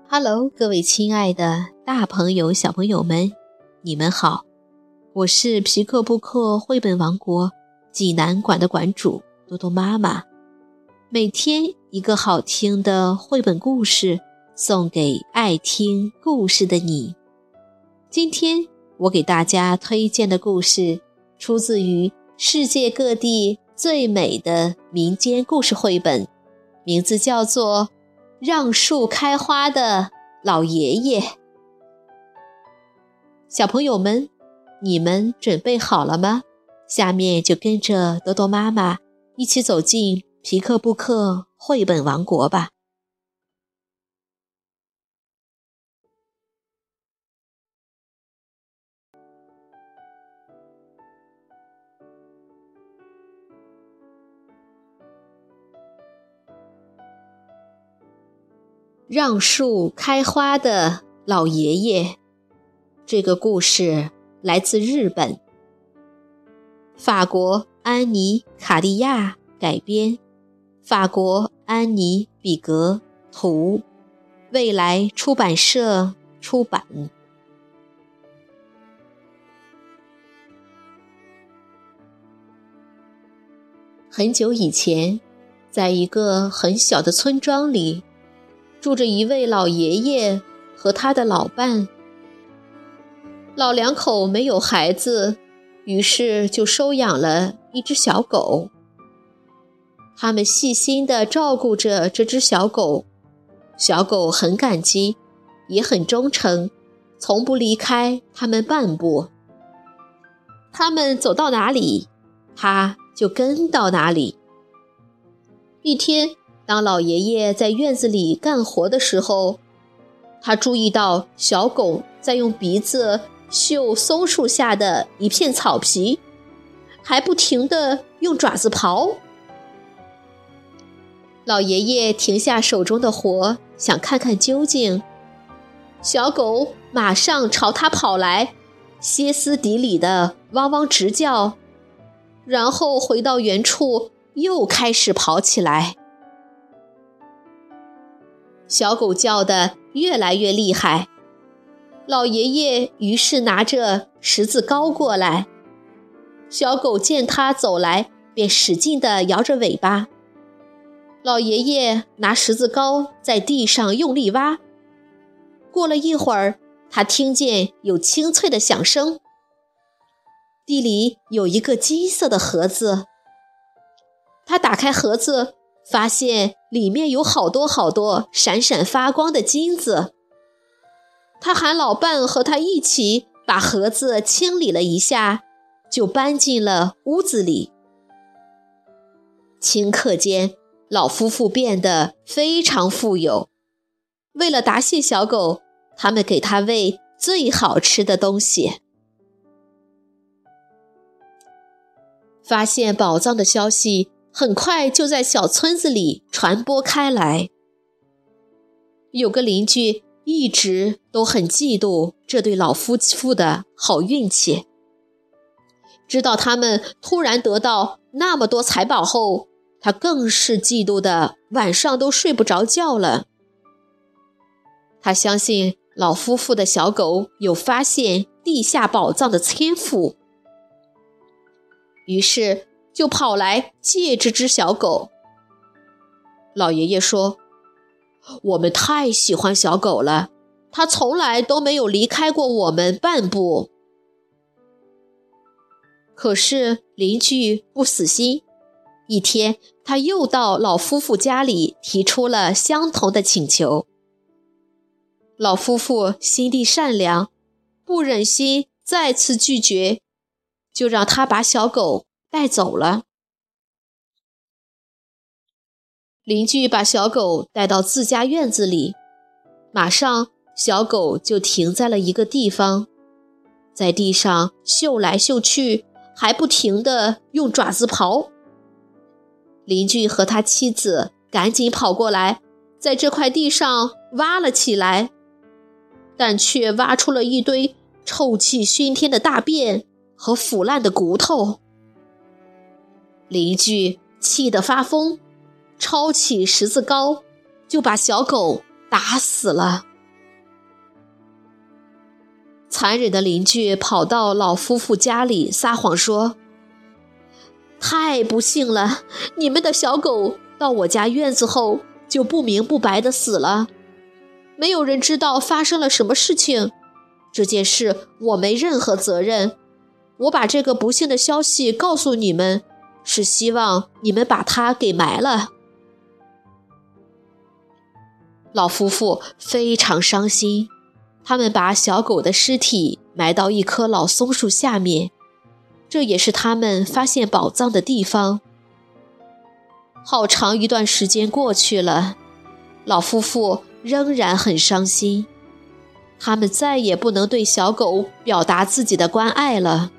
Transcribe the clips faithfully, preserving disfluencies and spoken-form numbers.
Hello， 各位亲爱的大朋友、小朋友们，你们好！我是皮克布克绘本王国济南馆的馆主多多妈妈。每天一个好听的绘本故事，送给爱听故事的你。今天我给大家推荐的故事，出自于世界各地最美的民间故事绘本，名字叫做让树开花的老爷爷。小朋友们，你们准备好了吗？下面就跟着多多妈妈一起走进皮克布克绘本王国吧。让树开花的老爷爷，这个故事来自日本，法国安妮·卡利亚改编，法国安妮·比格图，未来出版社出版。很久以前，在一个很小的村庄里，住着一位老爷爷和他的老伴。老两口没有孩子，于是就收养了一只小狗。他们细心地照顾着这只小狗，小狗很感激，也很忠诚，从不离开他们半步。他们走到哪里，它就跟到哪里。一天，当老爷爷在院子里干活的时候，他注意到小狗在用鼻子嗅松树下的一片草皮，还不停地用爪子刨。老爷爷停下手中的活，想看看究竟。小狗马上朝他跑来，歇斯底里地汪汪直叫，然后回到原处，又开始跑起来。小狗叫得越来越厉害，老爷爷于是拿着十字糕过来。小狗见他走来，便使劲地摇着尾巴。老爷爷拿十字糕在地上用力挖。过了一会儿，他听见有清脆的响声，地里有一个金色的盒子。他打开盒子，发现里面有好多好多闪闪发光的金子。他喊老伴和他一起把盒子清理了一下，就搬进了屋子里。顷刻间，老夫妇变得非常富有。为了答谢小狗，他们给它喂最好吃的东西。发现宝藏的消息很快就在小村子里传播开来。有个邻居一直都很嫉妒这对老夫妇的好运气。知道他们突然得到那么多财宝后，他更是嫉妒的晚上都睡不着觉了。他相信老夫妇的小狗有发现地下宝藏的天赋，于是就跑来借这只小狗。老爷爷说，我们太喜欢小狗了，它从来都没有离开过我们半步。可是邻居不死心，一天他又到老夫妇家里提出了相同的请求。老夫妇心地善良，不忍心再次拒绝，就让他把小狗带走了。邻居把小狗带到自家院子里，马上小狗就停在了一个地方，在地上嗅来嗅去，还不停地用爪子刨。邻居和他妻子赶紧跑过来，在这块地上挖了起来，但却挖出了一堆臭气熏天的大便和腐烂的骨头。邻居气得发疯，抄起十字糕就把小狗打死了。 残忍的邻居跑到老夫妇家里撒谎说，太不幸了，你们的小狗到我家院子后就不明不白地死了，没有人知道发生了什么事情，这件事我没任何责任，我把这个不幸的消息告诉你们，是希望你们把它给埋了。老夫妇非常伤心，他们把小狗的尸体埋到一棵老松树下面，这也是他们发现宝藏的地方。好长一段时间过去了，老夫妇仍然很伤心，他们再也不能对小狗表达自己的关爱了。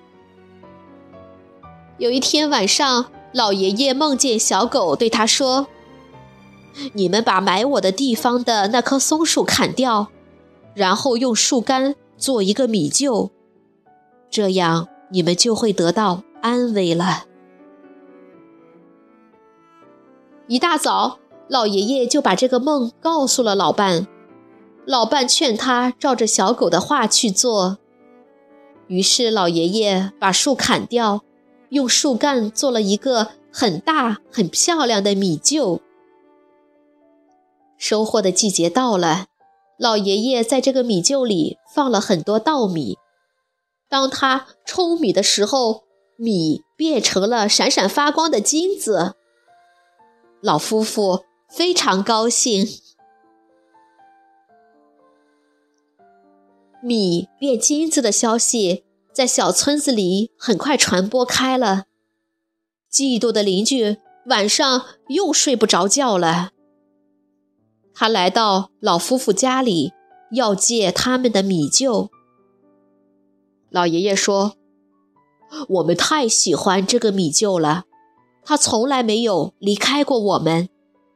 有一天晚上，老爷爷梦见小狗对他说，你们把埋我的地方的那棵松树砍掉，然后用树干做一个米臼，这样你们就会得到安慰了。一大早，老爷爷就把这个梦告诉了老伴，老伴劝他照着小狗的话去做。于是老爷爷把树砍掉，用树干做了一个很大很漂亮的米臼。收获的季节到了，老爷爷在这个米臼里放了很多稻米。当他冲米的时候，米变成了闪闪发光的金子。老夫妇非常高兴。米变金子的消息在小村子里很快传播开了。嫉妒的邻居晚上又睡不着觉了。他来到老夫妇家里，要借他们的米臼。老爷爷说，我们太喜欢这个米臼了，他从来没有离开过我们。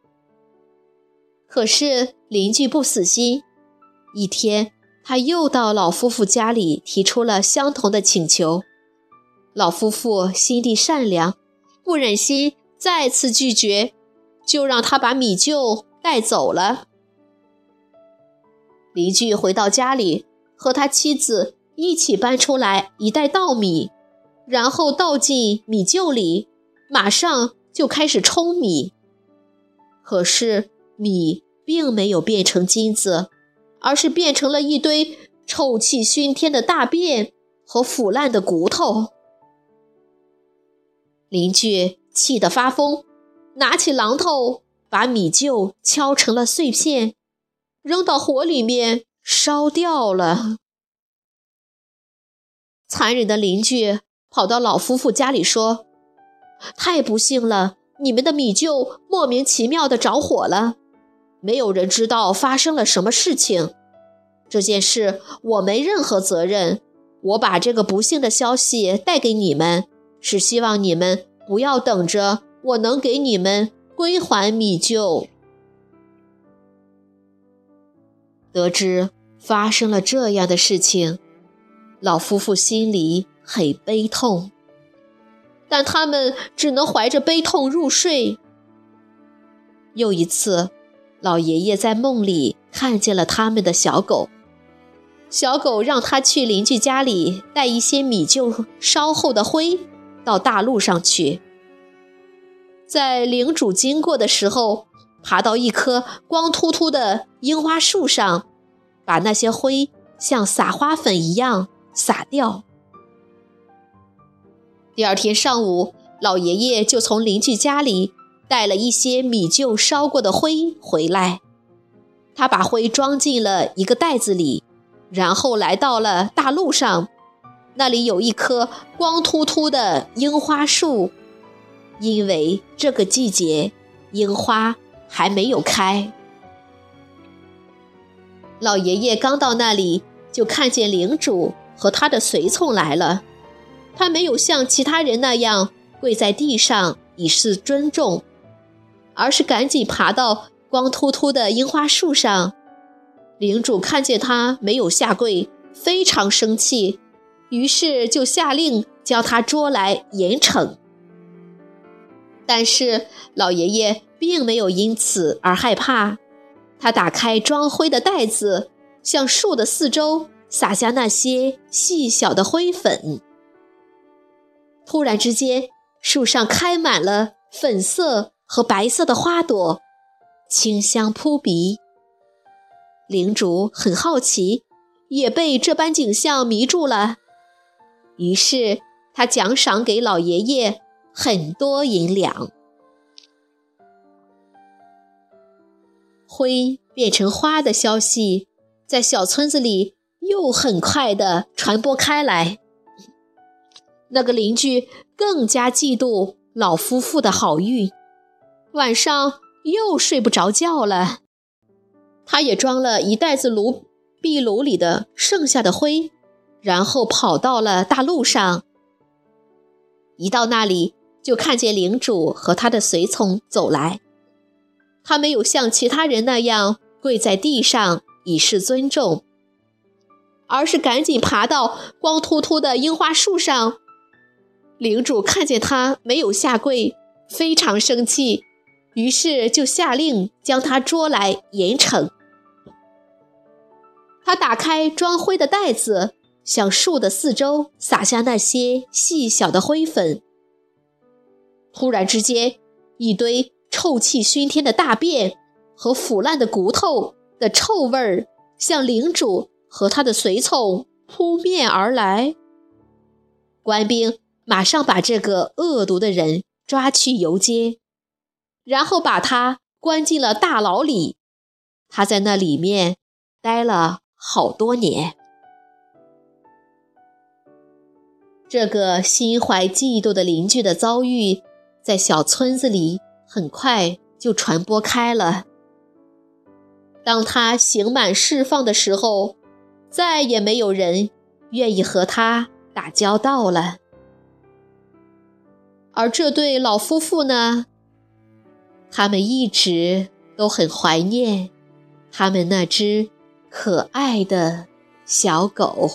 可是邻居不死心，一天他又到老夫妇家里提出了相同的请求。老夫妇心地善良，不忍心再次拒绝，就让他把米臼带走了。邻居回到家里，和他妻子一起搬出来一袋稻米，然后倒进米臼里，马上就开始冲米。可是米并没有变成金子，而是变成了一堆臭气熏天的大便和腐烂的骨头。邻居气得发疯，拿起榔头把米臼敲成了碎片，扔到火里面烧掉了。残忍的邻居跑到老夫妇家里说，太不幸了，你们的米臼莫名其妙地着火了，没有人知道发生了什么事情，这件事我没任何责任，我把这个不幸的消息带给你们，是希望你们不要等着我能给你们归还米臼。得知发生了这样的事情，老夫妇心里很悲痛，但他们只能怀着悲痛入睡。又一次，老爷爷在梦里看见了他们的小狗，小狗让他去邻居家里带一些米臼烧后的灰到大路上去。在领主经过的时候，爬到一棵光秃秃的樱花树上，把那些灰像撒花粉一样撒掉。第二天上午，老爷爷就从邻居家里带了一些米臼烧过的灰回来。他把灰装进了一个袋子里，然后来到了大路上，那里有一棵光秃秃的樱花树，因为这个季节樱花还没有开。老爷爷刚到那里，就看见领主和他的随从来了。他没有像其他人那样跪在地上以示尊重，而是赶紧爬到光秃秃的樱花树上。领主看见他没有下跪，非常生气，于是就下令将他捉来严惩。但是老爷爷并没有因此而害怕，他打开装灰的袋子，向树的四周撒下那些细小的灰粉。突然之间，树上开满了粉色和白色的花朵，清香扑鼻。领主很好奇，也被这般景象迷住了，于是他奖赏给老爷爷很多银两。灰变成花的消息在小村子里又很快地传播开来。那个邻居更加嫉妒老夫妇的好运，晚上又睡不着觉了。他也装了一袋子炉壁炉里的剩下的灰，然后跑到了大路上。一到那里，就看见领主和他的随从走来。他没有像其他人那样跪在地上以示尊重，而是赶紧爬到光秃秃的樱花树上。领主看见他没有下跪，非常生气，于是就下令将他捉来严惩。他打开装灰的袋子，向树的四周撒下那些细小的灰粉。突然之间，一堆臭气熏天的大便和腐烂的骨头的臭味儿向领主和他的随从扑面而来。官兵马上把这个恶毒的人抓去游街，然后把他关进了大牢里。他在那里面待了好多年。这个心怀嫉妒的邻居的遭遇，在小村子里很快就传播开了。当他刑满释放的时候，再也没有人愿意和他打交道了。而这对老夫妇呢，他们一直都很怀念他们那只可爱的小狗。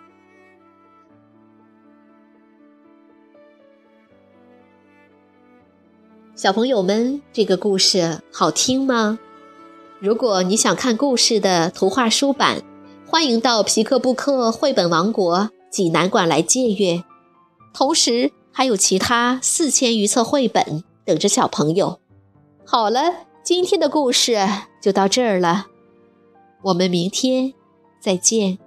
小朋友们，这个故事好听吗？如果你想看故事的图画书版，欢迎到皮克布克绘本王国济南馆来借阅，同时还有其他四千余册绘本等着小朋友。好了，今天的故事就到这儿了，我们明天再见。